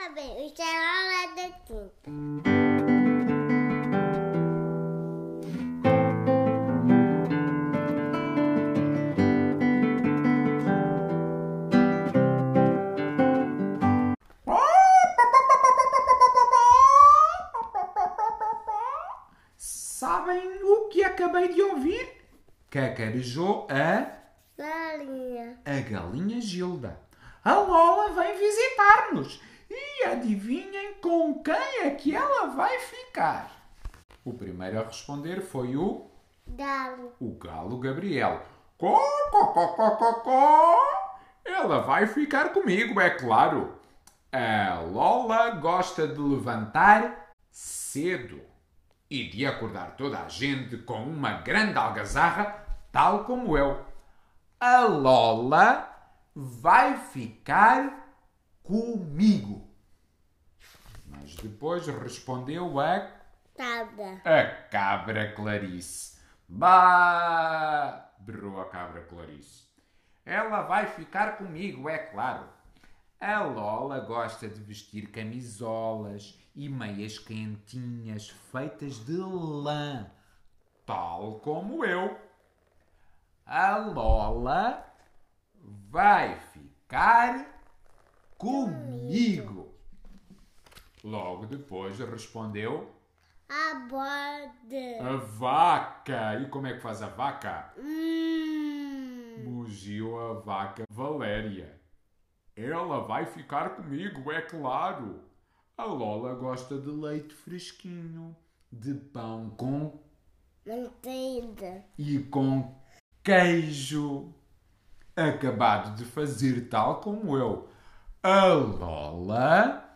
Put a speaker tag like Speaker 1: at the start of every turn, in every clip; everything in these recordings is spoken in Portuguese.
Speaker 1: bem, isto é aula da tinta.
Speaker 2: Sabem o que acabei de ouvir? Cacarejou
Speaker 1: Galinha.
Speaker 2: a galinha Gilda. A Lola vem visitar-nos e adivinhem com quem é que ela vai ficar. O primeiro a responder foi o
Speaker 1: Galo.
Speaker 2: galo Gabriel. Có, có, có, có, có, có. Ela vai ficar comigo, é claro. A Lola gosta de levantar cedo e de acordar toda a gente com uma grande algazarra, tal como eu. A Lola vai ficar comigo. Mas depois respondeu
Speaker 1: Cabra.
Speaker 2: a cabra Clarice. Bah! Berrou a cabra Clarice. Ela vai ficar comigo, é claro. A Lola gosta de vestir camisolas e meias quentinhas feitas de lã, tal como eu. A Lola vai ficar comigo. Logo depois respondeu
Speaker 1: A borda.
Speaker 2: a vaca. E como é que faz a vaca? Mugiu a vaca Valéria. Ela vai ficar comigo, é claro. A Lola gosta de leite fresquinho, de pão com
Speaker 1: Manteiga.
Speaker 2: e com queijo. Acabado de fazer tal como eu. A Lola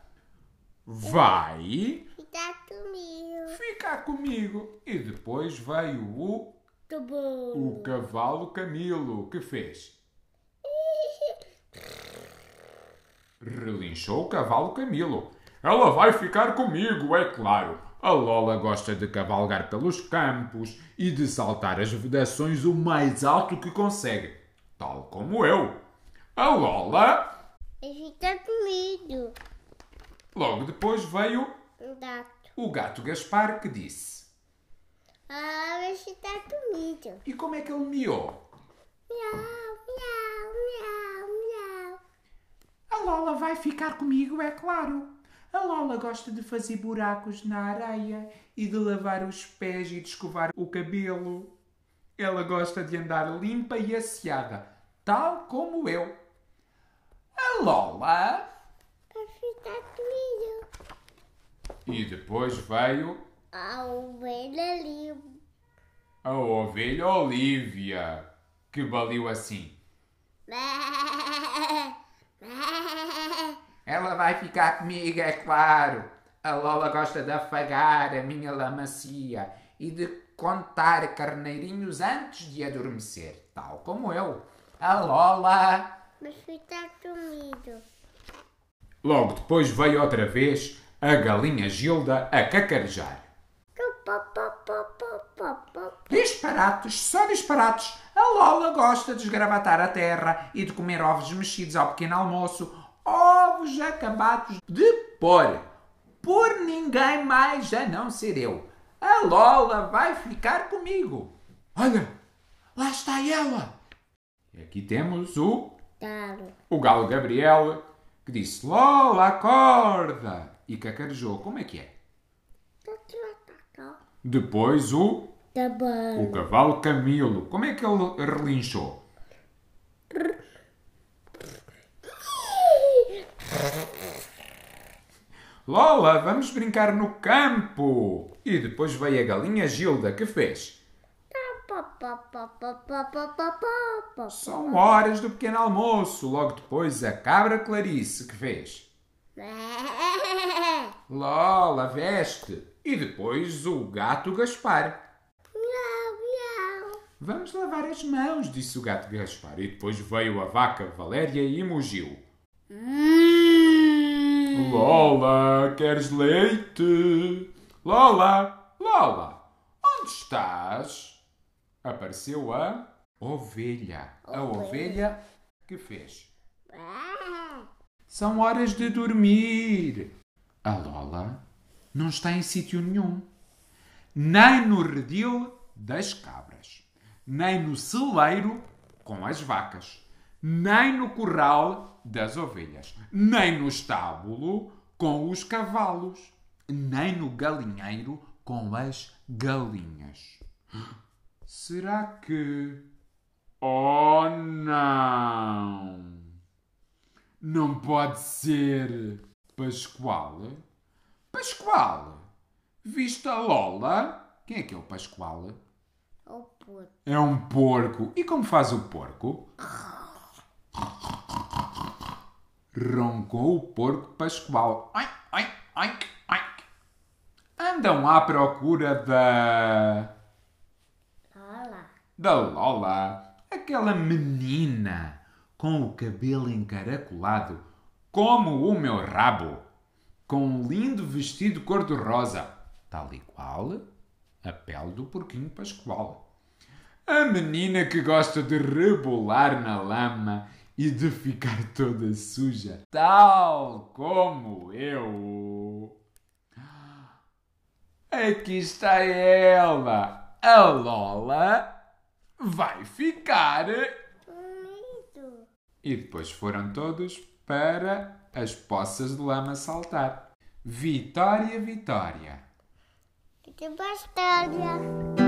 Speaker 2: vai
Speaker 1: Fica comigo.
Speaker 2: ficar comigo. E depois veio o cavalo Camilo. Que fez? Relinchou o cavalo Camilo. Ela vai ficar comigo, é claro. A Lola gosta de cavalgar pelos campos e de saltar as vedações o mais alto que consegue, tal como eu. A Lola...
Speaker 1: Fica comigo.
Speaker 2: Logo depois veio
Speaker 1: Gato.
Speaker 2: o gato Gaspar, que disse...
Speaker 1: Vai ficar comigo.
Speaker 2: E como é que ele miou?
Speaker 1: Miau, miau, miau, miau.
Speaker 2: A Lola vai ficar comigo, é claro. A Lola gosta de fazer buracos na areia e de lavar os pés e de escovar o cabelo. Ela gosta de andar limpa e asseada, tal como eu. A Lola...
Speaker 1: Vai ficar comigo.
Speaker 2: E depois veio
Speaker 1: A ovelha ali.
Speaker 2: a ovelha Olívia, que baliu assim. Ela vai ficar comigo, é claro. A Lola gosta de afagar a minha lã macia e de contar carneirinhos antes de adormecer, tal como eu. A Lola...
Speaker 1: Vai ficar comigo.
Speaker 2: Logo depois veio outra vez a galinha Gilda a cacarejar. Disparates, só disparates. A Lola gosta de esgravatar a terra e de comer ovos mexidos ao pequeno almoço. Ovos acabados de pôr. Por ninguém mais a não ser eu. A Lola vai ficar comigo. Olha, lá está ela. E aqui temos
Speaker 1: Galo.
Speaker 2: o galo Gabriel, que disse Lola, acorda. E cacarejou. Como é que é? Depois o cavalo Camilo. Como é que ele relinchou? Lola, vamos brincar no campo. E depois veio a galinha Gilda, que fez? São horas do pequeno almoço. Logo depois a cabra Clarice, que fez? Lola, veste. E depois o gato Gaspar.
Speaker 1: Miau, miau.
Speaker 2: Vamos lavar as mãos, disse o gato Gaspar. E depois veio a vaca Valéria e mugiu. Lola, queres leite? Lola, Lola, onde estás? Apareceu a ovelha. A ovelha que fez? São horas de dormir. A Lola não está em sítio nenhum. Nem no redil das cabras, nem no celeiro com as vacas, nem no curral das ovelhas, nem no estábulo com os cavalos, nem no galinheiro com as galinhas. Será que... Oh, não! Não pode ser Pascoal? Pascoal! Viste a Lola? Quem é que é o Pascoal?
Speaker 1: O porco.
Speaker 2: É um porco. E como faz o porco? Roncou o porco Pascoal. Ai, ai, ai, ai. Andam à procura
Speaker 1: Lola.
Speaker 2: da Lola, aquela menina com o cabelo encaracolado, como o meu rabo, com um lindo vestido cor-de-rosa, tal e qual a pele do porquinho Pascoal. A menina que gosta de rebolar na lama e de ficar toda suja, tal como eu. Aqui está ela, a Lola vai ficar.
Speaker 1: Comido.
Speaker 2: E depois foram todos para as poças de lama saltar. Vitória, Vitória.
Speaker 1: Que bastalha.